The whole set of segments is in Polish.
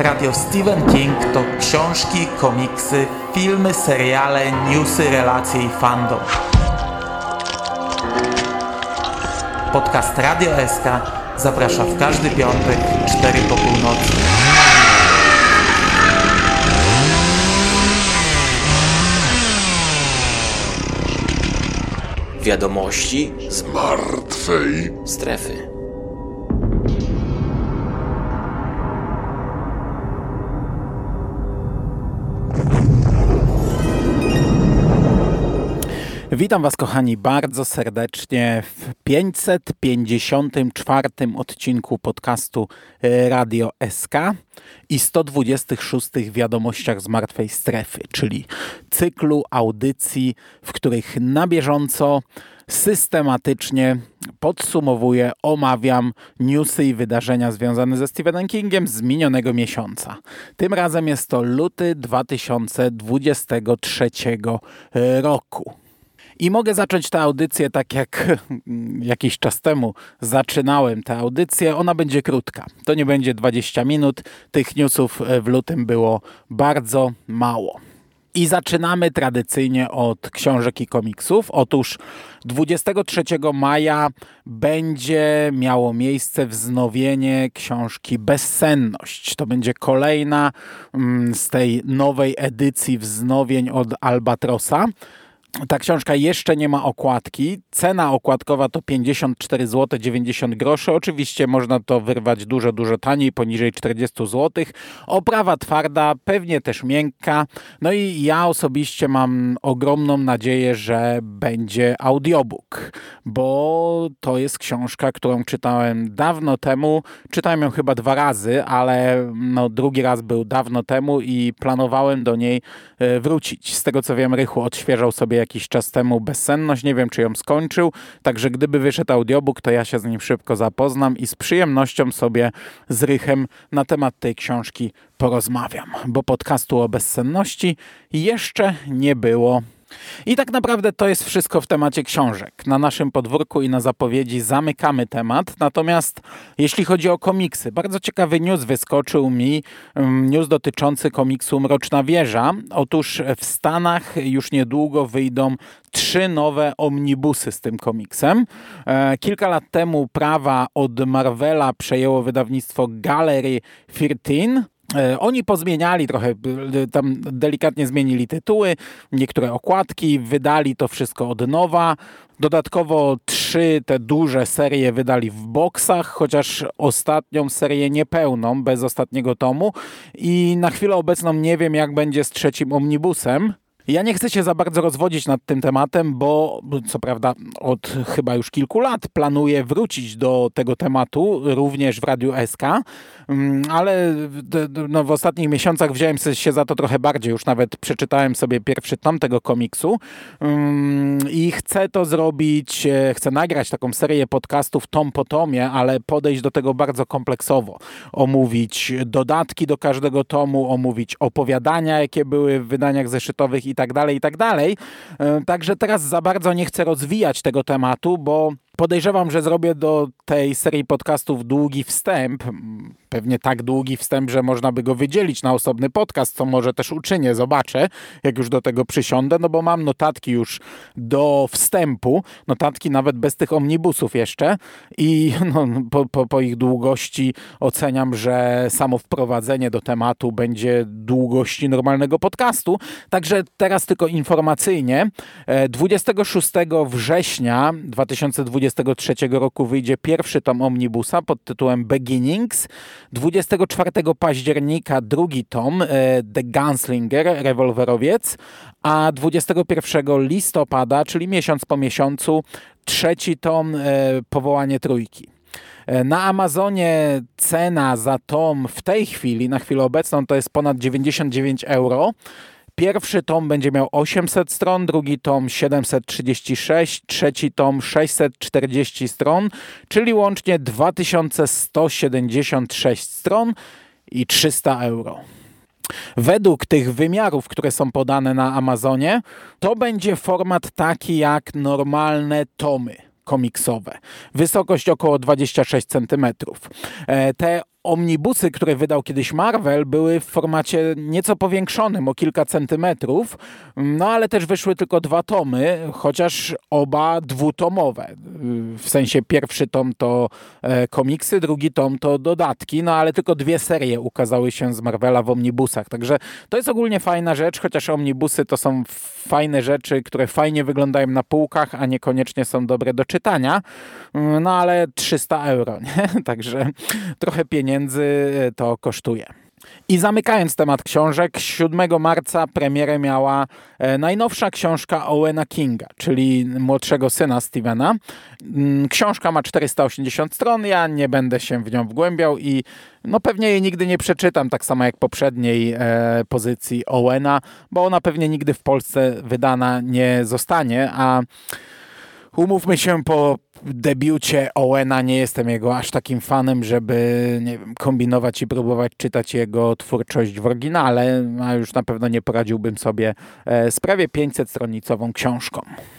Radio Stephen King to książki, komiksy, filmy, seriale, newsy, relacje i fandom. Podcast Radio SK zaprasza w każdy piątek 4 po północy. Wiadomości z martwej strefy. Witam Was, kochani, bardzo serdecznie w 554 odcinku podcastu Radio SK i 126 wiadomościach z martwej strefy, czyli cyklu audycji, w których na bieżąco systematycznie podsumowuję, omawiam newsy i wydarzenia związane ze Stephenem Kingiem z minionego miesiąca. Tym razem jest to luty 2023 roku. I mogę zacząć tę audycję tak jak jakiś czas temu zaczynałem tę audycję. Ona będzie krótka. To nie będzie 20 minut. Tych newsów w lutym było bardzo mało. I zaczynamy tradycyjnie od książek i komiksów. Otóż 23 maja będzie miało miejsce wznowienie książki Bezsenność. To będzie kolejna z tej nowej edycji wznowień od Albatrosa. Ta książka jeszcze nie ma okładki. Cena okładkowa to 54 zł 90 groszy. Oczywiście można to wyrwać dużo taniej, poniżej 40 zł. Oprawa twarda, pewnie też miękka. No i ja osobiście mam ogromną nadzieję, że będzie audiobook, bo to jest książka, którą czytałem dawno temu. Czytałem ją chyba 2 razy, ale drugi raz był dawno temu i planowałem do niej wrócić. Z tego co wiem, Rychu odświeżał sobie jakiś czas temu Bezsenność, nie wiem czy ją skończył, także gdyby wyszedł audiobook, to ja się z nim szybko zapoznam i z przyjemnością sobie z Rychem na temat tej książki porozmawiam, bo podcastu o Bezsenności jeszcze nie było. I tak naprawdę to jest wszystko w temacie książek. Na naszym podwórku i na zapowiedzi zamykamy temat. Natomiast jeśli chodzi o komiksy, bardzo ciekawy news wyskoczył mi, news dotyczący komiksu Mroczna Wieża. Otóż w Stanach już niedługo wyjdą 3 nowe omnibusy z tym komiksem. Kilka lat temu prawa od Marvela przejęło wydawnictwo Gallery 13. Oni pozmieniali trochę, tam delikatnie zmienili tytuły, niektóre okładki, wydali to wszystko od nowa. Dodatkowo 3 te duże serie wydali w boksach, chociaż ostatnią serię niepełną, bez ostatniego tomu. I na chwilę obecną nie wiem, jak będzie z 3 omnibusem. Ja nie chcę się za bardzo rozwodzić nad tym tematem, bo co prawda od chyba już kilku lat planuję wrócić do tego tematu, również w Radiu SK, ale w ostatnich miesiącach wziąłem się za to trochę bardziej, już nawet przeczytałem sobie pierwszy tom tego komiksu i chcę to zrobić, chcę nagrać taką serię podcastów tom po tomie, ale podejść do tego bardzo kompleksowo, omówić dodatki do każdego tomu, omówić opowiadania, jakie były w wydaniach zeszytowych i tak dalej. Także teraz za bardzo nie chcę rozwijać tego tematu, bo podejrzewam, że zrobię do tej serii podcastów długi wstęp, pewnie tak długi wstęp, że można by go wydzielić na osobny podcast, co może też uczynię, zobaczę, jak już do tego przysiądę, bo mam notatki już do wstępu, notatki nawet bez tych omnibusów jeszcze i po ich długości oceniam, że samo wprowadzenie do tematu będzie długości normalnego podcastu, także teraz tylko informacyjnie. 26 września 2023 roku wyjdzie pierwszy tom omnibusa pod tytułem Beginnings. 24 października drugi tom The Gunslinger, rewolwerowiec, a 21 listopada, czyli miesiąc po miesiącu, 3 tom Powołanie Trójki. Na Amazonie cena za tom w tej chwili, na chwilę obecną, to jest ponad 99 euro. Pierwszy tom będzie miał 800 stron, drugi tom 736, trzeci tom 640 stron, czyli łącznie 2176 stron i 300 euro. Według tych wymiarów, które są podane na Amazonie, to będzie format taki jak normalne tomy komiksowe. Wysokość około 26 cm. Te omnibusy, które wydał kiedyś Marvel, były w formacie nieco powiększonym, o kilka centymetrów, no ale też wyszły tylko 2 tomy, chociaż oba dwutomowe. W sensie pierwszy tom to komiksy, drugi tom to dodatki, no ale tylko 2 serie ukazały się z Marvela w omnibusach. Także to jest ogólnie fajna rzecz, chociaż omnibusy to są fajne rzeczy, które fajnie wyglądają na półkach, a niekoniecznie są dobre do czytania. No ale 300 euro, nie? Także trochę pieniędzy to kosztuje. I zamykając temat książek, 7 marca premierę miała najnowsza książka Owena Kinga, czyli młodszego syna Stephena. Książka ma 480 stron, ja nie będę się w nią wgłębiał i no pewnie jej nigdy nie przeczytam, tak samo jak poprzedniej pozycji Owena, bo ona pewnie nigdy w Polsce wydana nie zostanie, a umówmy się, po debiucie Owena nie jestem jego aż takim fanem, żeby nie wiem, kombinować i próbować czytać jego twórczość w oryginale, a już na pewno nie poradziłbym sobie z prawie 500-stronicową książką.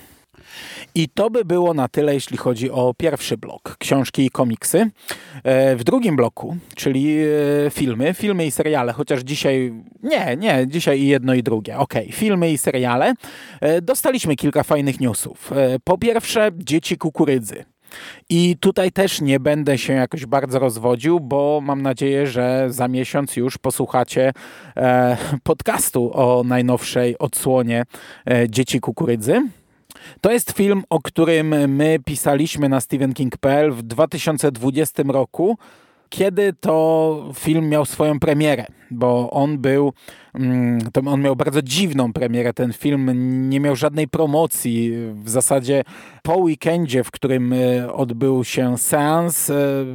I to by było na tyle, jeśli chodzi o pierwszy blok, książki i komiksy. W drugim bloku, czyli filmy i seriale, chociaż dzisiaj, dzisiaj i jedno i drugie. Filmy i seriale. Dostaliśmy kilka fajnych newsów. Po pierwsze, Dzieci kukurydzy. I tutaj też nie będę się jakoś bardzo rozwodził, bo mam nadzieję, że za miesiąc już posłuchacie podcastu o najnowszej odsłonie Dzieci kukurydzy. To jest film, o którym my pisaliśmy na stephenking.pl w 2020 roku, kiedy to film miał swoją premierę, bo on miał bardzo dziwną premierę, ten film nie miał żadnej promocji, w zasadzie po weekendzie, w którym odbył się seans,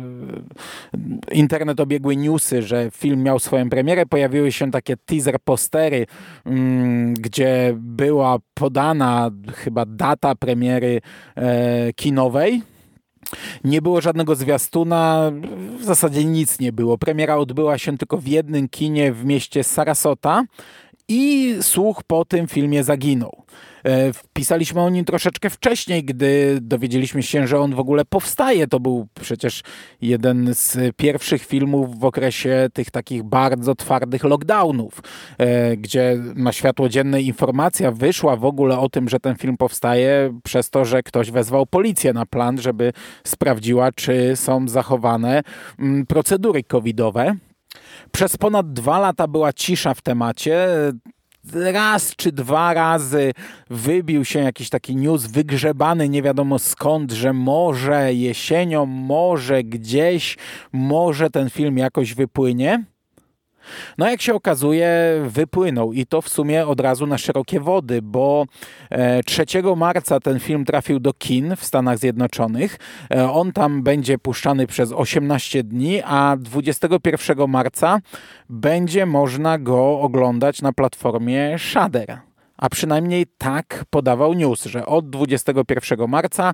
internet obiegły newsy, że film miał swoją premierę, pojawiły się takie teaser postery, gdzie była podana chyba data premiery kinowej. Nie było żadnego zwiastuna, w zasadzie nic nie było. Premiera odbyła się tylko w jednym kinie w mieście Sarasota i słuch po tym filmie zaginął. Pisaliśmy o nim troszeczkę wcześniej, gdy dowiedzieliśmy się, że on w ogóle powstaje. To był przecież jeden z pierwszych filmów w okresie tych takich bardzo twardych lockdownów, gdzie na światło dzienne informacja wyszła w ogóle o tym, że ten film powstaje przez to, że ktoś wezwał policję na plan, żeby sprawdziła, czy są zachowane procedury covidowe. Przez ponad 2 lata była cisza w temacie. Raz czy 2 razy wybił się jakiś taki news wygrzebany nie wiadomo skąd, że może jesienią, może gdzieś, może ten film jakoś wypłynie. No jak się okazuje, wypłynął i to w sumie od razu na szerokie wody, bo 3 marca ten film trafił do kin w Stanach Zjednoczonych. On tam będzie puszczany przez 18 dni, a 21 marca będzie można go oglądać na platformie Shudder. A przynajmniej tak podawał news, że od 21 marca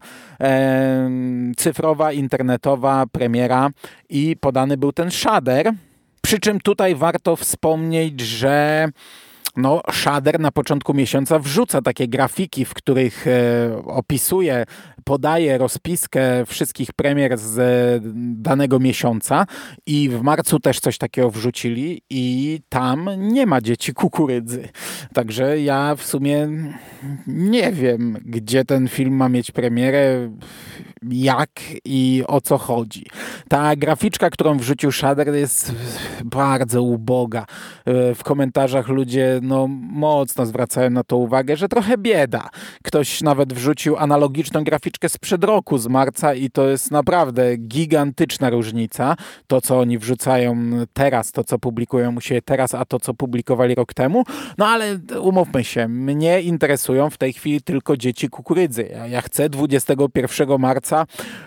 cyfrowa, internetowa premiera i podany był ten Shudder. Przy czym tutaj warto wspomnieć, że Shudder na początku miesiąca wrzuca takie grafiki, w których opisuje, podaje rozpiskę wszystkich premier z danego miesiąca i w marcu też coś takiego wrzucili i tam nie ma Dzieci kukurydzy. Także ja w sumie nie wiem, gdzie ten film ma mieć premierę, jak i o co chodzi. Ta graficzka, którą wrzucił Shudder, jest bardzo uboga. W komentarzach ludzie mocno zwracają na to uwagę, że trochę bieda. Ktoś nawet wrzucił analogiczną graficzkę sprzed roku, z marca i to jest naprawdę gigantyczna różnica. To, co oni wrzucają teraz, to, co publikują u siebie teraz, a to, co publikowali rok temu. No ale umówmy się, mnie interesują w tej chwili tylko Dzieci kukurydzy. Ja chcę 21 marca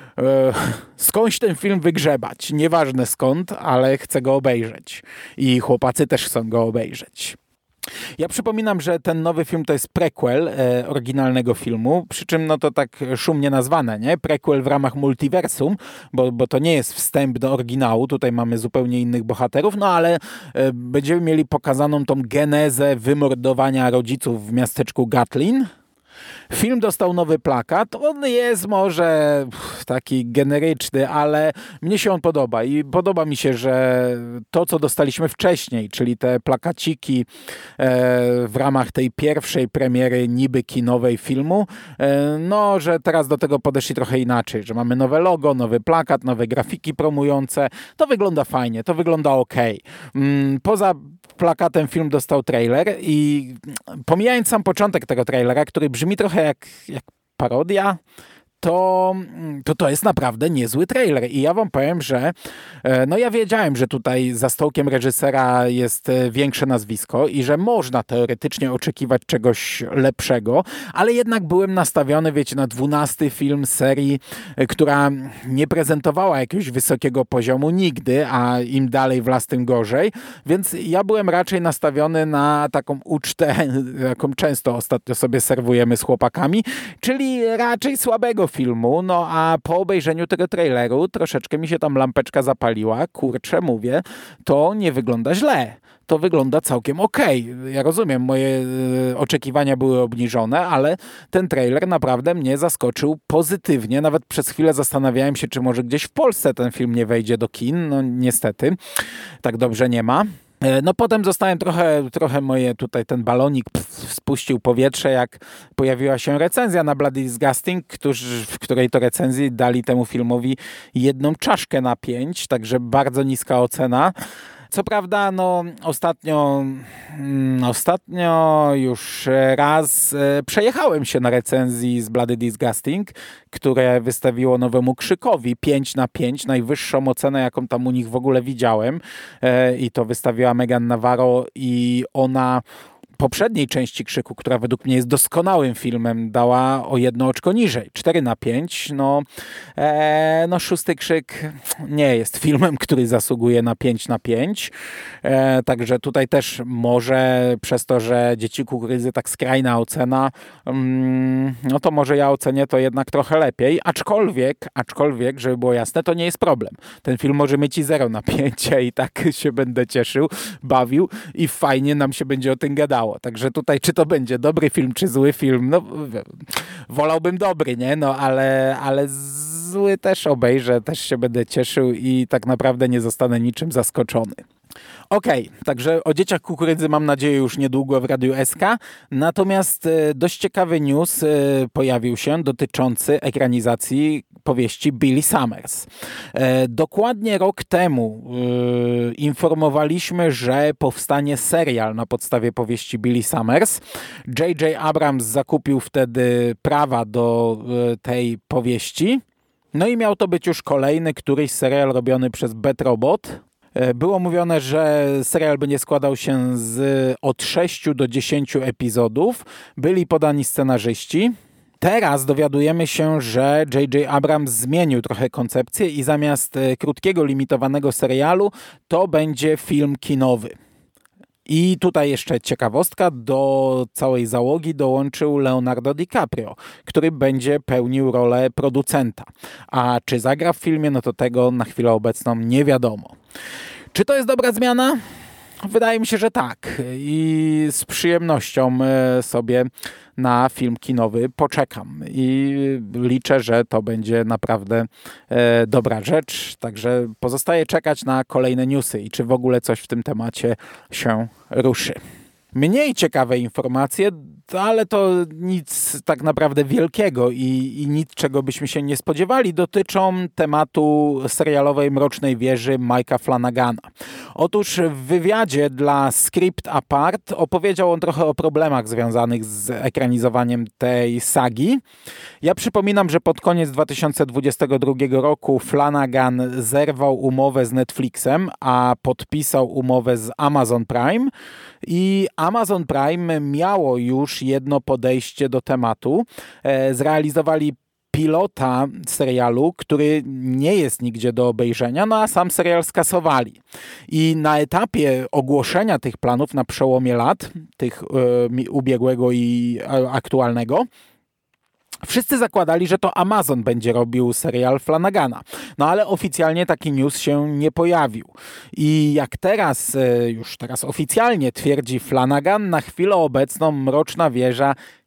skądś ten film wygrzebać. Nieważne skąd, ale chcę go obejrzeć. I chłopacy też chcą go obejrzeć. Ja przypominam, że ten nowy film to jest prequel oryginalnego filmu, przy czym to tak szumnie nazwane, nie? Prequel w ramach multiversum, bo to nie jest wstęp do oryginału, tutaj mamy zupełnie innych bohaterów, ale będziemy mieli pokazaną tą genezę wymordowania rodziców w miasteczku Gatlin. Film dostał nowy plakat. On jest może taki generyczny, ale mnie się on podoba i podoba mi się, że to, co dostaliśmy wcześniej, czyli te plakaciki w ramach tej pierwszej premiery niby kinowej filmu, no, że teraz do tego podeszli trochę inaczej, że mamy nowe logo, nowy plakat, nowe grafiki promujące. To wygląda fajnie, to wygląda okej. Poza plakatem film dostał trailer i pomijając sam początek tego trailera, który brzmi trochę jak parodia, to jest naprawdę niezły trailer. I ja wam powiem, że no ja wiedziałem, że tutaj za stołkiem reżysera jest większe nazwisko i że można teoretycznie oczekiwać czegoś lepszego, ale jednak byłem nastawiony, wiecie, na 12 film serii, która nie prezentowała jakiegoś wysokiego poziomu nigdy, a im dalej w las, tym gorzej. Więc ja byłem raczej nastawiony na taką ucztę, jaką często ostatnio sobie serwujemy z chłopakami, czyli raczej słabego filmu, no a po obejrzeniu tego traileru troszeczkę mi się tam lampeczka zapaliła, kurczę mówię, to nie wygląda źle. To wygląda całkiem okej. Ja rozumiem, moje oczekiwania były obniżone, ale ten trailer naprawdę mnie zaskoczył pozytywnie. Nawet przez chwilę zastanawiałem się, czy może gdzieś w Polsce ten film nie wejdzie do kin. No niestety, tak dobrze nie ma. No potem zostałem trochę moje tutaj ten balonik spuścił powietrze, jak pojawiła się recenzja na Bloody Disgusting, w której to recenzji dali temu filmowi 1 czaszkę na 5, także bardzo niska ocena. Co prawda, no ostatnio już raz przejechałem się na recenzji z Bloody Disgusting, które wystawiło nowemu Krzykowi 5 na 5, najwyższą ocenę, jaką tam u nich w ogóle widziałem. I to wystawiła Megan Navarro i ona poprzedniej części Krzyku, która według mnie jest doskonałym filmem, dała o 1 oczko niżej, 4 na 5. No 6. Krzyk nie jest filmem, który zasługuje na 5 na 5. Także tutaj też może przez to, że Dzieci Kukurydzy tak skrajna ocena, no to może ja ocenię to jednak trochę lepiej, aczkolwiek, żeby było jasne, to nie jest problem. Ten film może mieć i 0 na 5 i tak się będę cieszył, bawił i fajnie nam się będzie o tym gadało. Także tutaj, czy to będzie dobry film, czy zły film, no wolałbym dobry, nie? No ale zły też obejrzę, też się będę cieszył i tak naprawdę nie zostanę niczym zaskoczony. Okej, także o Dzieciach Kukurydzy mam nadzieję już niedługo w Radiu SK, natomiast dość ciekawy news pojawił się dotyczący ekranizacji powieści Billy Summers. Dokładnie rok temu informowaliśmy, że powstanie serial na podstawie powieści Billy Summers. J.J. Abrams zakupił wtedy prawa do tej powieści. No i miał to być już kolejny któryś serial robiony przez Bet Robot. Było mówione, że serial będzie składał się od 6 do 10 epizodów. Byli podani scenarzyści. Teraz dowiadujemy się, że J.J. Abrams zmienił trochę koncepcję i zamiast krótkiego, limitowanego serialu to będzie film kinowy. I tutaj jeszcze ciekawostka, do całej załogi dołączył Leonardo DiCaprio, który będzie pełnił rolę producenta. A czy zagra w filmie, no to tego na chwilę obecną nie wiadomo. Czy to jest dobra zmiana? Wydaje mi się, że tak. I z przyjemnością sobie na film kinowy poczekam. I liczę, że to będzie naprawdę dobra rzecz. Także pozostaje czekać na kolejne newsy i czy w ogóle coś w tym temacie się ruszy. Mniej ciekawe informacje, ale to nic tak naprawdę wielkiego i nic, czego byśmy się nie spodziewali, dotyczą tematu serialowej Mrocznej Wieży Mike'a Flanagana. Otóż w wywiadzie dla Script Apart opowiedział on trochę o problemach związanych z ekranizowaniem tej sagi. Ja przypominam, że pod koniec 2022 roku Flanagan zerwał umowę z Netflixem, a podpisał umowę z Amazon Prime i Amazon Prime miało już jedno podejście do tematu. Zrealizowali pilota serialu, który nie jest nigdzie do obejrzenia, no a sam serial skasowali. I na etapie ogłoszenia tych planów na przełomie lat, tych ubiegłego i aktualnego, wszyscy zakładali, że to Amazon będzie robił serial Flanagana. No ale oficjalnie taki news się nie pojawił. I jak już teraz oficjalnie twierdzi Flanagan, na chwilę obecną Mroczna Wieża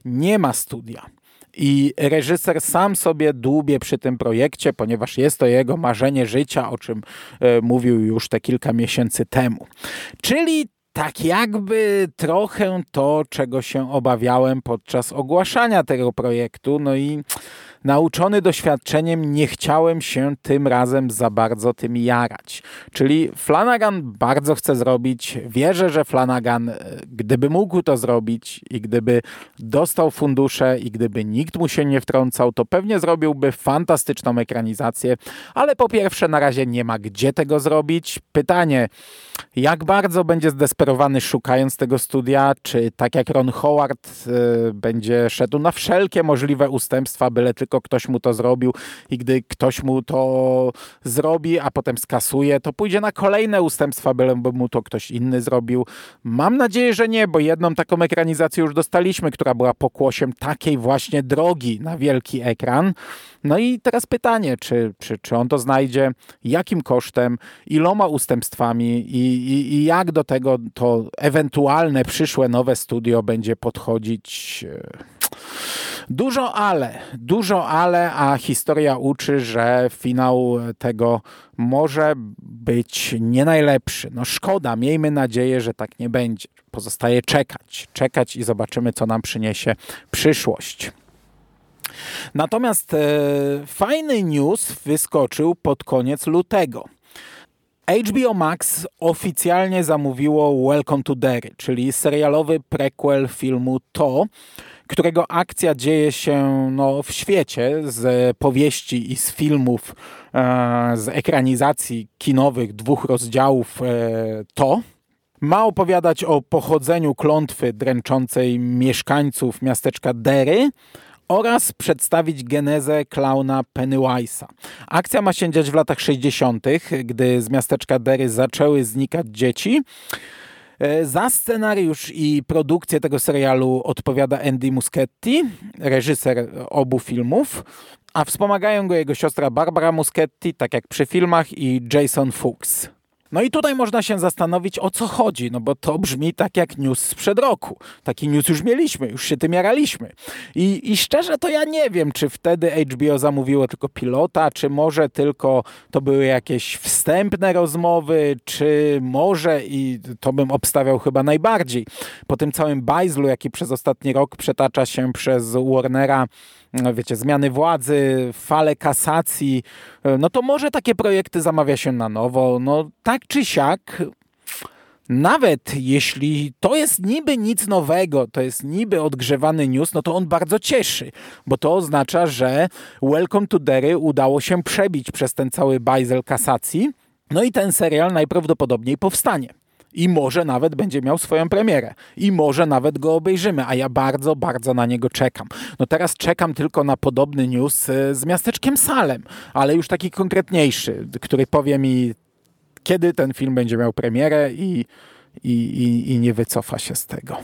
nie ma studia. I reżyser sam sobie dłubie przy tym projekcie, ponieważ jest to jego marzenie życia, o czym mówił już te kilka miesięcy temu. Czyli tak jakby trochę to, czego się obawiałem podczas ogłaszania tego projektu. No i nauczony doświadczeniem nie chciałem się tym razem za bardzo tym jarać. Czyli Flanagan bardzo chce zrobić, wierzę, że Flanagan, gdyby mógł to zrobić i gdyby dostał fundusze i gdyby nikt mu się nie wtrącał, to pewnie zrobiłby fantastyczną ekranizację, ale po pierwsze na razie nie ma gdzie tego zrobić. Pytanie, jak bardzo będzie zdesperowany szukając tego studia, czy tak jak Ron Howard będzie szedł na wszelkie możliwe ustępstwa, byle tylko ktoś mu to zrobił i gdy ktoś mu to zrobi, a potem skasuje, to pójdzie na kolejne ustępstwa, byle mu to ktoś inny zrobił. Mam nadzieję, że nie, bo jedną taką ekranizację już dostaliśmy, która była pokłosiem takiej właśnie drogi na wielki ekran. No i teraz pytanie, czy on to znajdzie, jakim kosztem, iloma ustępstwami i jak do tego to ewentualne przyszłe nowe studio będzie podchodzić. Dużo ale, a historia uczy, że finał tego może być nie najlepszy. No szkoda, miejmy nadzieję, że tak nie będzie. Pozostaje czekać i zobaczymy, co nam przyniesie przyszłość. Natomiast fajny news wyskoczył pod koniec lutego. HBO Max oficjalnie zamówiło Welcome to Derry, czyli serialowy prequel filmu To, którego akcja dzieje się w świecie z powieści i z filmów, z ekranizacji kinowych 2 rozdziałów To. Ma opowiadać o pochodzeniu klątwy dręczącej mieszkańców miasteczka Derry oraz przedstawić genezę klauna Pennywise'a. Akcja ma się dziać w latach 60., gdy z miasteczka Derry zaczęły znikać dzieci. Za scenariusz i produkcję tego serialu odpowiada Andy Muschietti, reżyser obu filmów, a wspomagają go jego siostra Barbara Muschietti, tak jak przy filmach, i Jason Fuchs. No i tutaj można się zastanowić, o co chodzi, no bo to brzmi tak jak news sprzed roku. Taki news już mieliśmy, już się tym jaraliśmy. I szczerze to ja nie wiem, czy wtedy HBO zamówiło tylko pilota, czy może tylko to były jakieś wstępne rozmowy, czy może, i to bym obstawiał chyba najbardziej, po tym całym bajzlu, jaki przez ostatni rok przetacza się przez Warnera, wiecie, zmiany władzy, fale kasacji, no to może takie projekty zamawia się na nowo. No tak czy siak, nawet jeśli to jest niby nic nowego, to jest niby odgrzewany news, no to on bardzo cieszy, bo to oznacza, że Welcome to Derry udało się przebić przez ten cały bajzel kasacji, no i ten serial najprawdopodobniej powstanie. I może nawet będzie miał swoją premierę. I może nawet go obejrzymy, a ja bardzo, bardzo na niego czekam. No teraz czekam tylko na podobny news z miasteczkiem Salem, ale już taki konkretniejszy, który powie mi, kiedy ten film będzie miał premierę i nie wycofa się z tego.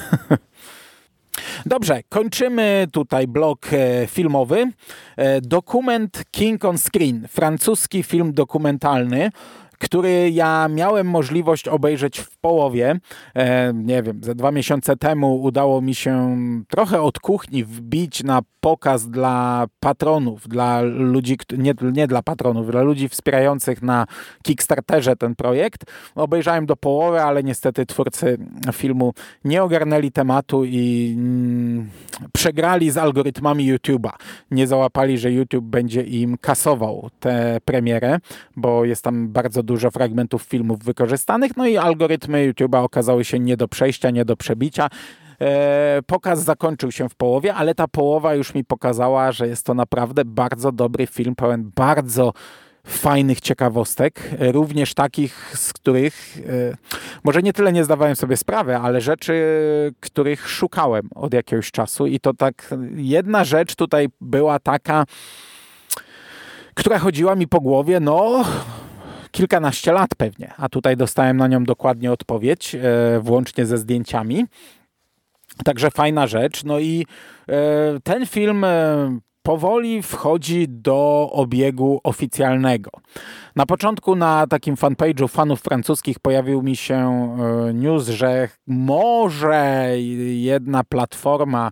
Dobrze, kończymy tutaj blok filmowy. Dokument King on Screen, francuski film dokumentalny, który ja miałem możliwość obejrzeć w połowie. Nie wiem, ze 2 miesiące temu udało mi się trochę od kuchni wbić na pokaz dla patronów, dla ludzi, nie dla patronów, dla ludzi wspierających na Kickstarterze ten projekt. Obejrzałem do połowy, ale niestety twórcy filmu nie ogarnęli tematu i przegrali z algorytmami YouTube'a. Nie załapali, że YouTube będzie im kasował tę premierę, bo jest tam bardzo dużo fragmentów filmów wykorzystanych, no i algorytmy YouTube'a okazały się nie do przejścia, nie do przebicia. Pokaz zakończył się w połowie, ale ta połowa już mi pokazała, że jest to naprawdę bardzo dobry film, pełen bardzo fajnych ciekawostek, również takich, z których może nie tyle nie zdawałem sobie sprawy, ale rzeczy, których szukałem od jakiegoś czasu i to tak jedna rzecz tutaj była taka, która chodziła mi po głowie, kilkanaście lat pewnie, a tutaj dostałem na nią dokładnie odpowiedź, włącznie ze zdjęciami. Także fajna rzecz. No i ten film powoli wchodzi do obiegu oficjalnego. Na początku na takim fanpage'u fanów francuskich pojawił mi się news, że może jedna platforma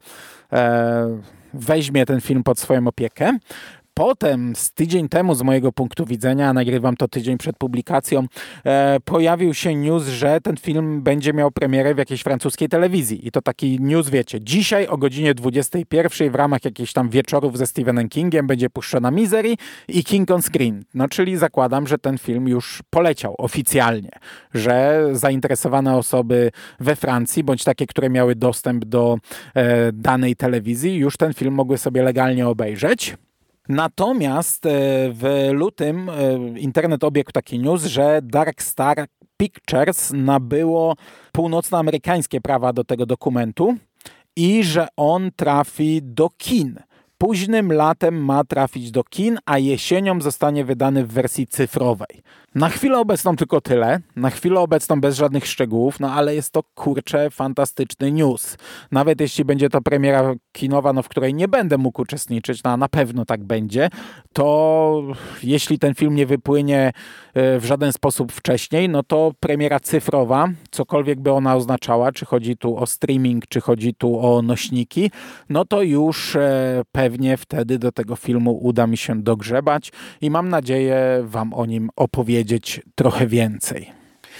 weźmie ten film pod swoją opiekę. Potem, z tydzień temu z mojego punktu widzenia, nagrywam to tydzień przed publikacją, pojawił się news, że ten film będzie miał premierę w jakiejś francuskiej telewizji. I to taki news, wiecie, dzisiaj o godzinie 21 w ramach jakichś tam wieczorów ze Stephenem Kingiem będzie puszczona Misery i King on Screen. No czyli zakładam, że ten film już poleciał oficjalnie, że zainteresowane osoby we Francji, bądź takie, które miały dostęp do danej telewizji, już ten film mogły sobie legalnie obejrzeć. Natomiast w lutym internet obiegł taki news, że Dark Star Pictures nabyło północnoamerykańskie prawa do tego dokumentu i że on trafi do kin. Późnym latem ma trafić do kin, a jesienią zostanie wydany w wersji cyfrowej. Na chwilę obecną tylko tyle, na chwilę obecną bez żadnych szczegółów, no ale jest to kurczę fantastyczny news. Nawet jeśli będzie to premiera kinowa, no w której nie będę mógł uczestniczyć, no a na pewno tak będzie, to jeśli ten film nie wypłynie w żaden sposób wcześniej, no to premiera cyfrowa, cokolwiek by ona oznaczała, czy chodzi tu o streaming, czy chodzi tu o nośniki, no to już pewnie wtedy do tego filmu uda mi się dogrzebać i mam nadzieję wam o nim opowiedzieć trochę więcej.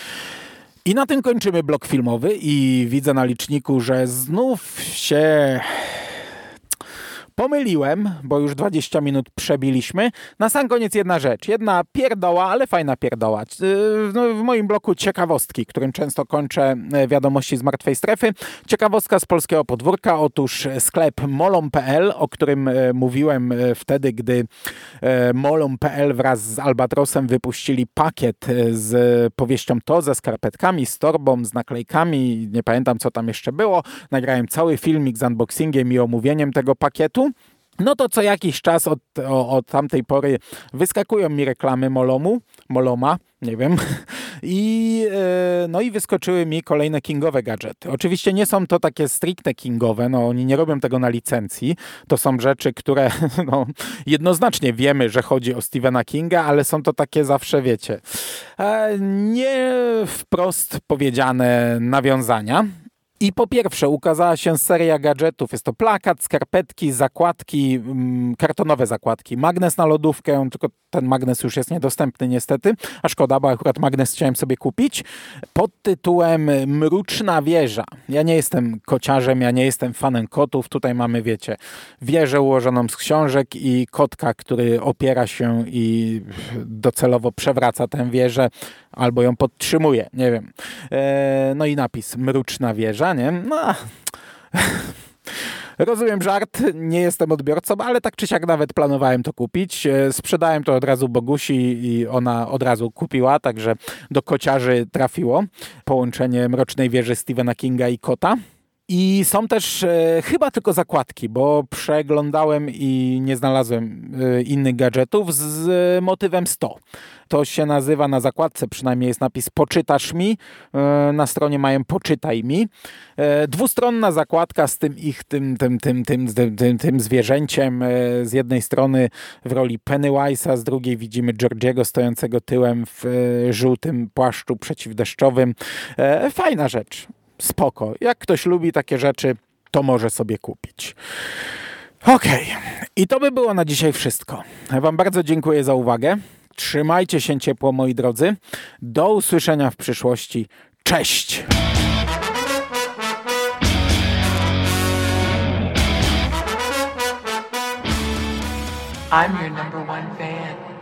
I na tym kończymy blok filmowy i widzę na liczniku, że znów się pomyliłem, bo już 20 minut przebiliśmy. Na sam koniec jedna rzecz. Jedna pierdoła, ale fajna pierdoła. W moim bloku ciekawostki, którym często kończę wiadomości z martwej strefy. Ciekawostka z polskiego podwórka. Otóż sklep molom.pl, o którym mówiłem wtedy, gdy molom.pl wraz z Albatrosem wypuścili pakiet z powieścią To, ze skarpetkami, z torbą, z naklejkami. Nie pamiętam, co tam jeszcze było. Nagrałem cały filmik z unboxingiem i omówieniem tego pakietu. No to co jakiś czas od tamtej pory wyskakują mi reklamy Moloma, nie wiem, i wyskoczyły mi kolejne kingowe gadżety. Oczywiście nie są to takie stricte kingowe, no oni nie robią tego na licencji, to są rzeczy, które no, jednoznacznie wiemy, że chodzi o Stephena Kinga, ale są to takie zawsze, wiecie, nie wprost powiedziane nawiązania. I po pierwsze ukazała się seria gadżetów. Jest to plakat, skarpetki, zakładki, kartonowe zakładki, magnes na lodówkę, tylko ten magnes już jest niedostępny niestety, a szkoda, bo akurat magnes chciałem sobie kupić, pod tytułem Mruczna wieża. Ja nie jestem kociarzem, ja nie jestem fanem kotów. Tutaj mamy, wiecie, wieżę ułożoną z książek i kotka, który opiera się i docelowo przewraca tę wieżę albo ją podtrzymuje, nie wiem. No i napis Mruczna wieża, nie? No. Rozumiem żart, nie jestem odbiorcą, ale tak czy siak nawet planowałem to kupić. Sprzedałem to od razu Bogusi i ona od razu kupiła, także do kociarzy trafiło połączenie Mrocznej wieży Stephena Kinga i kota. I są też chyba tylko zakładki, bo przeglądałem i nie znalazłem innych gadżetów z motywem 100. To się nazywa na zakładce, przynajmniej jest napis Poczytasz mi, na stronie mają Poczytaj mi. Dwustronna zakładka z tym zwierzęciem. Z jednej strony w roli Pennywise'a, z drugiej widzimy Georgiego stojącego tyłem w żółtym płaszczu przeciwdeszczowym. Fajna rzecz. Spoko. Jak ktoś lubi takie rzeczy, to może sobie kupić. Okej. I to by było na dzisiaj wszystko. Ja wam bardzo dziękuję za uwagę. Trzymajcie się ciepło, moi drodzy. Do usłyszenia w przyszłości. Cześć! I'm your number one fan.